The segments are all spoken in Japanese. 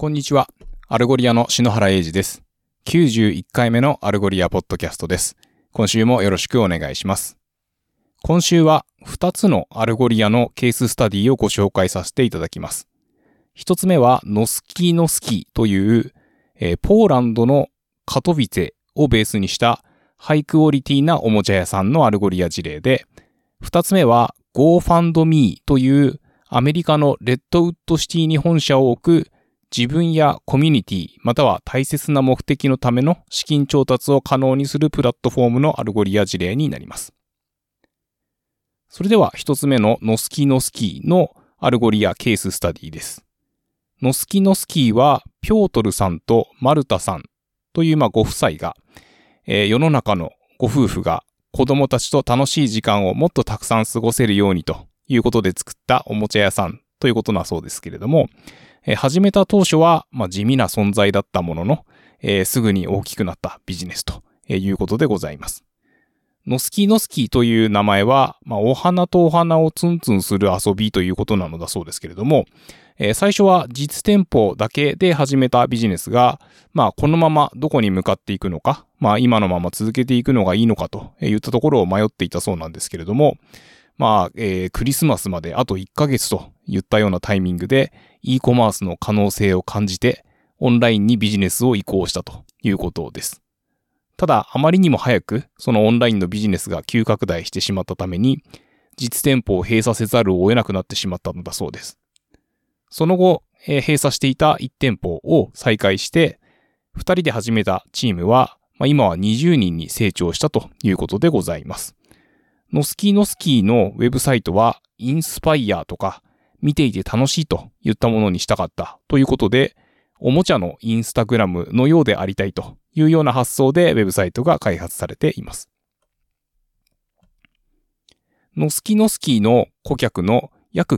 こんにちは。アルゴリアの篠原英二です。91回目のアルゴリアポッドキャストです。今週もよろしくお願いします。今週は2つのアルゴリアのケーススタディをご紹介させていただきます。1つ目はノスキーノスキーという、ポーランドのカトヴィツェをベースにしたハイクオリティなおもちゃ屋さんのアルゴリア事例で、2つ目は GoFundMe というアメリカのレッドウッドシティに本社を置く自分やコミュニティまたは大切な目的のための資金調達を可能にするプラットフォームのアルゴリア事例になります。それでは一つ目のノスキノスキーのアルゴリアケーススタディです。ノスキノスキーはピョートルさんとマルタさんというご夫妻が、世の中のご夫婦が子供たちと楽しい時間をもっとたくさん過ごせるようにということで作ったおもちゃ屋さんということなそうですけれども、始めた当初は、地味な存在だったものの、すぐに大きくなったビジネスということでございます。ノスキーノスキーという名前は、お花とお花をツンツンする遊びということなのだそうですけれども、最初は実店舗だけで始めたビジネスが、このままどこに向かっていくのか、今のまま続けていくのがいいのかといったところを迷っていたそうなんですけれども、クリスマスまであと1ヶ月といったようなタイミングで e コマースの可能性を感じてオンラインにビジネスを移行したということです。ただあまりにも早くそのオンラインのビジネスが急拡大してしまったために実店舗を閉鎖せざるを得なくなってしまったのだそうです。その後、閉鎖していた1店舗を再開して2人で始めたチームは、今は20人に成長したということでございます。ノスキーノスキーのウェブサイトはインスパイアとか見ていて楽しいといったものにしたかったということで、おもちゃのインスタグラムのようでありたいというような発想でウェブサイトが開発されています。ノスキノスキーの顧客の約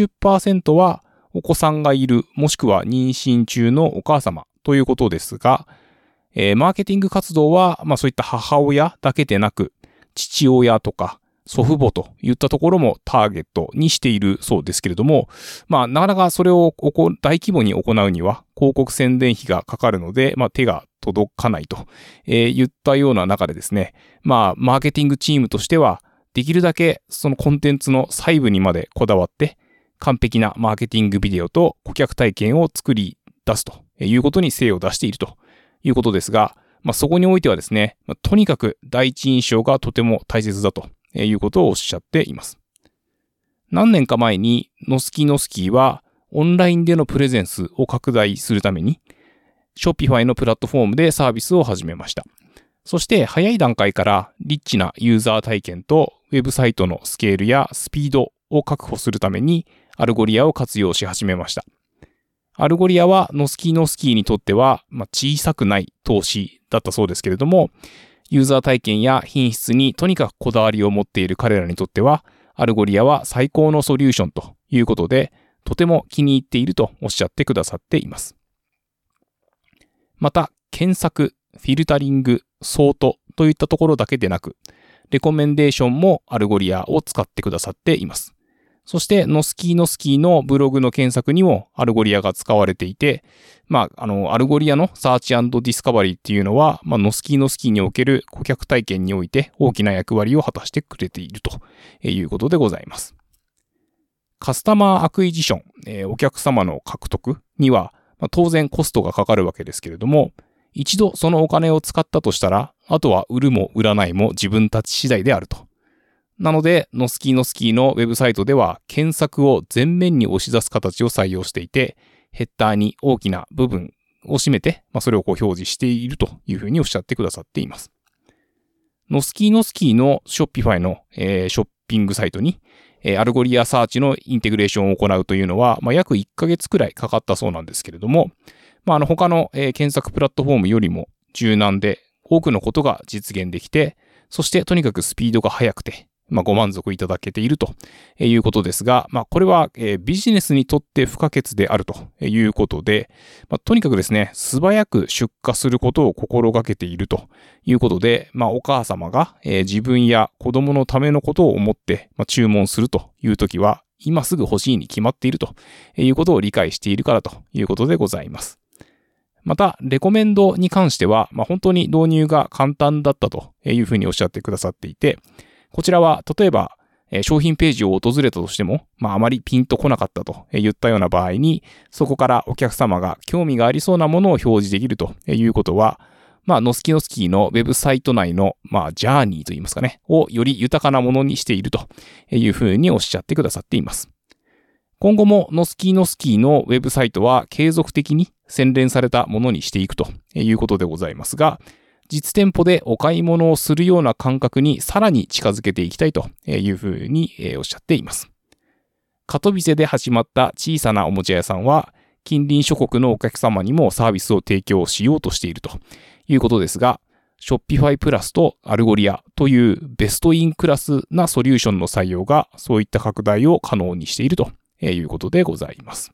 90% はお子さんがいるもしくは妊娠中のお母様ということですが、マーケティング活動はそういった母親だけでなく父親とか祖父母といったところもターゲットにしているそうですけれども、なかなかそれを大規模に行うには広告宣伝費がかかるので、手が届かないといったような中でですね、マーケティングチームとしてはできるだけそのコンテンツの細部にまでこだわって完璧なマーケティングビデオと顧客体験を作り出すということに精を出しているということですが、そこにおいてはですね、とにかく第一印象がとても大切だということをおっしゃっています。何年か前にノスキーノスキーはオンラインでのプレゼンスを拡大するために Shopify のプラットフォームでサービスを始めました。そして早い段階からリッチなユーザー体験とウェブサイトのスケールやスピードを確保するためにアルゴリアを活用し始めました。アルゴリアはノスキーノスキーにとっては小さくない投資だったそうですけれども、ユーザー体験や品質にとにかくこだわりを持っている彼らにとっては、アルゴリアは最高のソリューションということで、とても気に入っているとおっしゃってくださっています。また、検索、フィルタリング、ソートといったところだけでなく、レコメンデーションもアルゴリアを使ってくださっています。そしてノスキーノスキーのブログの検索にもアルゴリアが使われていて、アルゴリアのサーチ&ディスカバリーっていうのは、ノスキーノスキーにおける顧客体験において大きな役割を果たしてくれているということでございます。カスタマーアクイジション、お客様の獲得には、当然コストがかかるわけですけれども、一度そのお金を使ったとしたら、あとは売るも売らないも自分たち次第であると。なので、ノスキーノスキーのウェブサイトでは検索を前面に押し出す形を採用していて、ヘッダーに大きな部分を占めて、それを表示しているというふうにおっしゃってくださっています。ノスキーノスキーのShopifyの、ショッピングサイトに、アルゴリアサーチのインテグレーションを行うというのは、約1ヶ月くらいかかったそうなんですけれども、他の、検索プラットフォームよりも柔軟で多くのことが実現できて、そしてとにかくスピードが速くて、ご満足いただけているということですが、これはビジネスにとって不可欠であるということで、とにかくですね、素早く出荷することを心がけているということで、お母様が自分や子供のためのことを思って注文するというときは、 今すぐ欲しいに決まっているということを理解しているからということでございます。また、レコメンドに関しては、本当に導入が簡単だったというふうにおっしゃってくださっていて、こちらは例えば商品ページを訪れたとしても、あまりピンとこなかったといったような場合に、そこからお客様が興味がありそうなものを表示できるということは、ノスキノスキーのウェブサイト内の、ジャーニーといいますかね、をより豊かなものにしているというふうにおっしゃってくださっています。今後もノスキノスキーのウェブサイトは継続的に洗練されたものにしていくということでございますが、実店舗でお買い物をするような感覚にさらに近づけていきたいというふうにおっしゃっています。カトビセで始まった小さなおもちゃ屋さんは、近隣諸国のお客様にもサービスを提供しようとしているということですが、Shopify プラスとアルゴリアというベストインクラスなソリューションの採用がそういった拡大を可能にしているということでございます。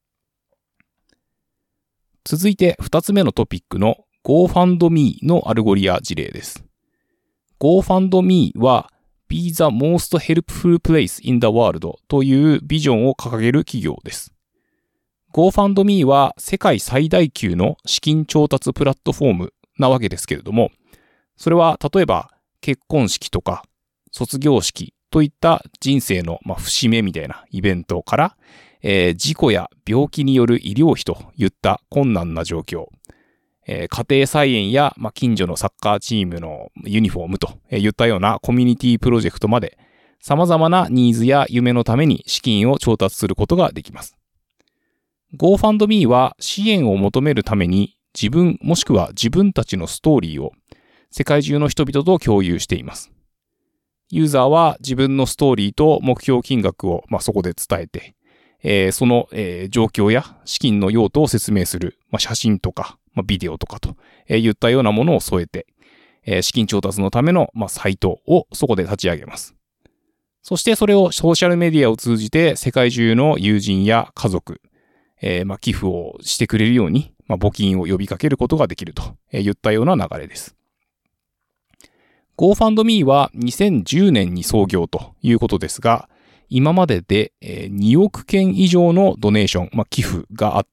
続いて2つ目のトピックの GoFundMe のアルゴリア事例です。GoFundMe は Be the most helpful place in the world というビジョンを掲げる企業です。GoFundMe は世界最大級の資金調達プラットフォームなわけですけれども、それは例えば結婚式とか卒業式といった人生の節目みたいなイベントから、事故や病気による医療費といった困難な状況、家庭菜園や近所のサッカーチームのユニフォームといったようなコミュニティプロジェクトまで様々なニーズや夢のために資金を調達することができます。GoFundMe は支援を求めるために自分もしくは自分たちのストーリーを世界中の人々と共有しています。ユーザーは自分のストーリーと目標金額をそこで伝えて、その状況や資金の用途を説明する写真とかビデオとかといったようなものを添えて、資金調達のためのサイトをそこで立ち上げます。そしてそれをソーシャルメディアを通じて世界中の友人や家族、寄付をしてくれるように募金を呼びかけることができるといったような流れです。GoFundMe は2010年に創業ということですが、今までで2億件以上のドネーション、寄付があって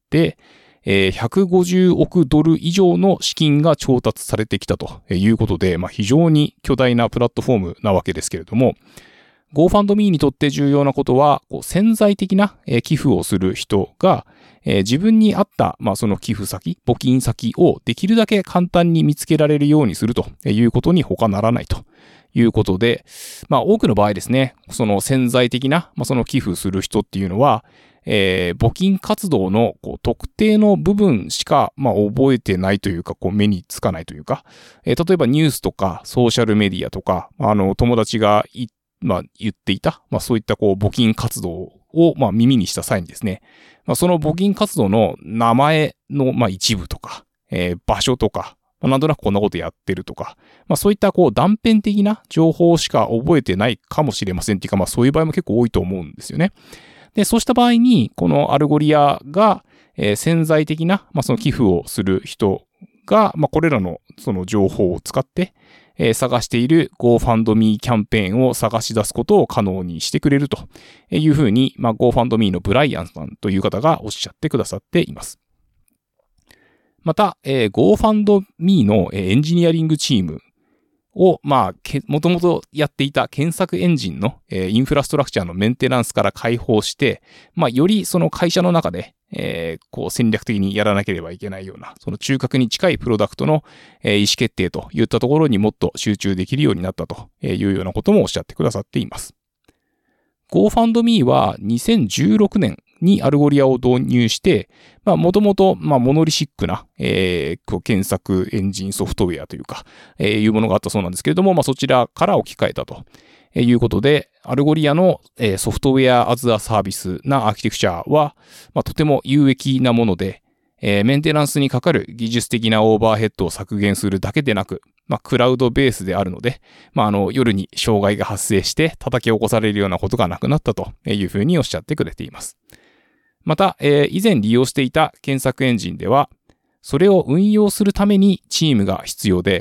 、150億ドル以上の資金が調達されてきたということで、非常に巨大なプラットフォームなわけですけれども、GoFundMe にとって重要なことは、潜在的な寄付をする人が、自分に合った、その寄付先、募金先をできるだけ簡単に見つけられるようにするということに他ならないということで、多くの場合ですね、その潜在的な、その寄付する人っていうのは、募金活動の特定の部分しか、覚えてないというか、目につかないというか、例えばニュースとかソーシャルメディアとか、友達が言っていた、そういった募金活動を耳にした際にですね、その募金活動の名前の一部とか、場所とか、なんとなくこんなことやってるとか、そういった断片的な情報しか覚えてないかもしれませんっていうか、そういう場合も結構多いと思うんですよね。で、そうした場合に、このアルゴリアが、潜在的な、その寄付をする人が、これらのその情報を使って、探している GoFundMe キャンペーンを探し出すことを可能にしてくれるというふうに、GoFundMe のブライアンさんという方がおっしゃってくださっています。また、GoFundMe のエンジニアリングチームを、もともとやっていた検索エンジンのインフラストラクチャーのメンテナンスから解放して、よりその会社の中で、戦略的にやらなければいけないような、その中核に近いプロダクトの意思決定といったところにもっと集中できるようになったというようなこともおっしゃってくださっています。GoFundMe は2016年にアルゴリアを導入して、もともと、モノリシックな、検索エンジンソフトウェアというか、いうものがあったそうなんですけれども、そちらから置き換えたということで、アルゴリアの、ソフトウェアアズアサービスなアーキテクチャは、とても有益なもので、メンテナンスにかかる技術的なオーバーヘッドを削減するだけでなく、クラウドベースであるので、夜に障害が発生して叩き起こされるようなことがなくなったというふうにおっしゃってくれています。また、以前利用していた検索エンジンでは、それを運用するためにチームが必要で、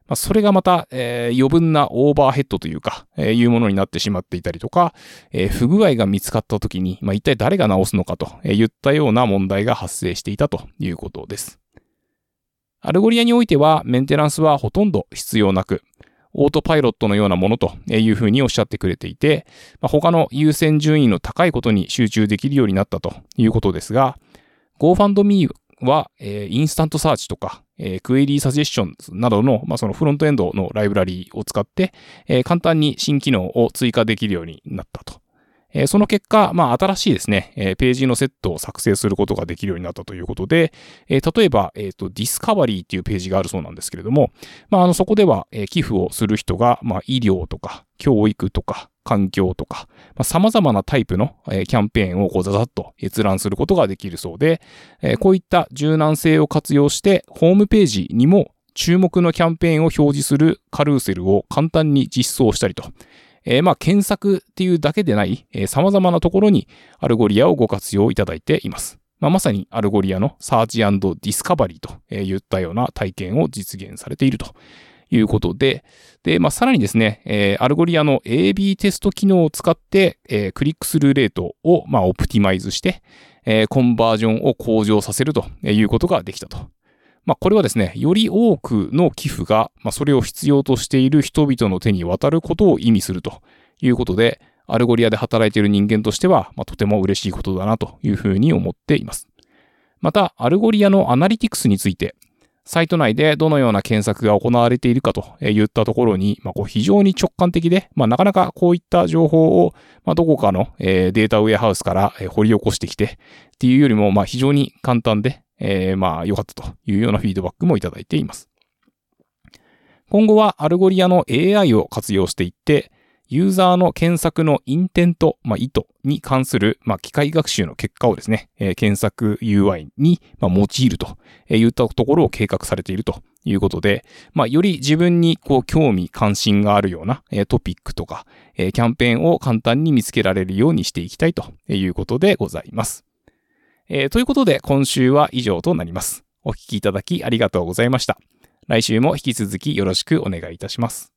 それがまた、余分なオーバーヘッドというか、いうものになってしまっていたりとか、不具合が見つかった時に、一体誰が直すのかといったような問題が発生していたということです。アルゴリアにおいては、メンテナンスはほとんど必要なく、オートパイロットのようなものというふうにおっしゃってくれていて、他の優先順位の高いことに集中できるようになったということですが、GoFundMe は、インスタントサーチとか、クエリーサジェッションなどの、そのフロントエンドのライブラリを使って、簡単に新機能を追加できるようになったと。その結果、新しいですね、ページのセットを作成することができるようになったということで、例えば、ディスカバリーっていうページがあるそうなんですけれども、そこでは、寄付をする人が、医療とか、教育とか、環境とか、様々なタイプの、キャンペーンをざざっと閲覧することができるそうで、こういった柔軟性を活用して、ホームページにも注目のキャンペーンを表示するカルーセルを簡単に実装したりと、検索っていうだけでない、様々なところにアルゴリアをご活用いただいています。まさにアルゴリアのサーチ&ディスカバリーといったような体験を実現されているということで、さらにですね、アルゴリアの AB テスト機能を使って、クリックスルーレートをオプティマイズして、コンバージョンを向上させるということができたと。これはですね、より多くの寄付が、それを必要としている人々の手に渡ることを意味するということで、アルゴリアで働いている人間としては、とても嬉しいことだなというふうに思っています。また、アルゴリアのアナリティクスについて、サイト内でどのような検索が行われているかといったところに、非常に直感的で、なかなかこういった情報を、どこかのデータウェアハウスから掘り起こしてきてっていうよりも、非常に簡単で、良かったというようなフィードバックもいただいています。今後はアルゴリアの AI を活用していって、ユーザーの検索のインテント、意図に関する、機械学習の結果をですね、検索 UI に、用いるといったところを計画されているということで、より自分に興味関心があるようなトピックとか、キャンペーンを簡単に見つけられるようにしていきたいということでございます。ということで今週は以上となります。お聞きいただきありがとうございました。来週も引き続きよろしくお願いいたします。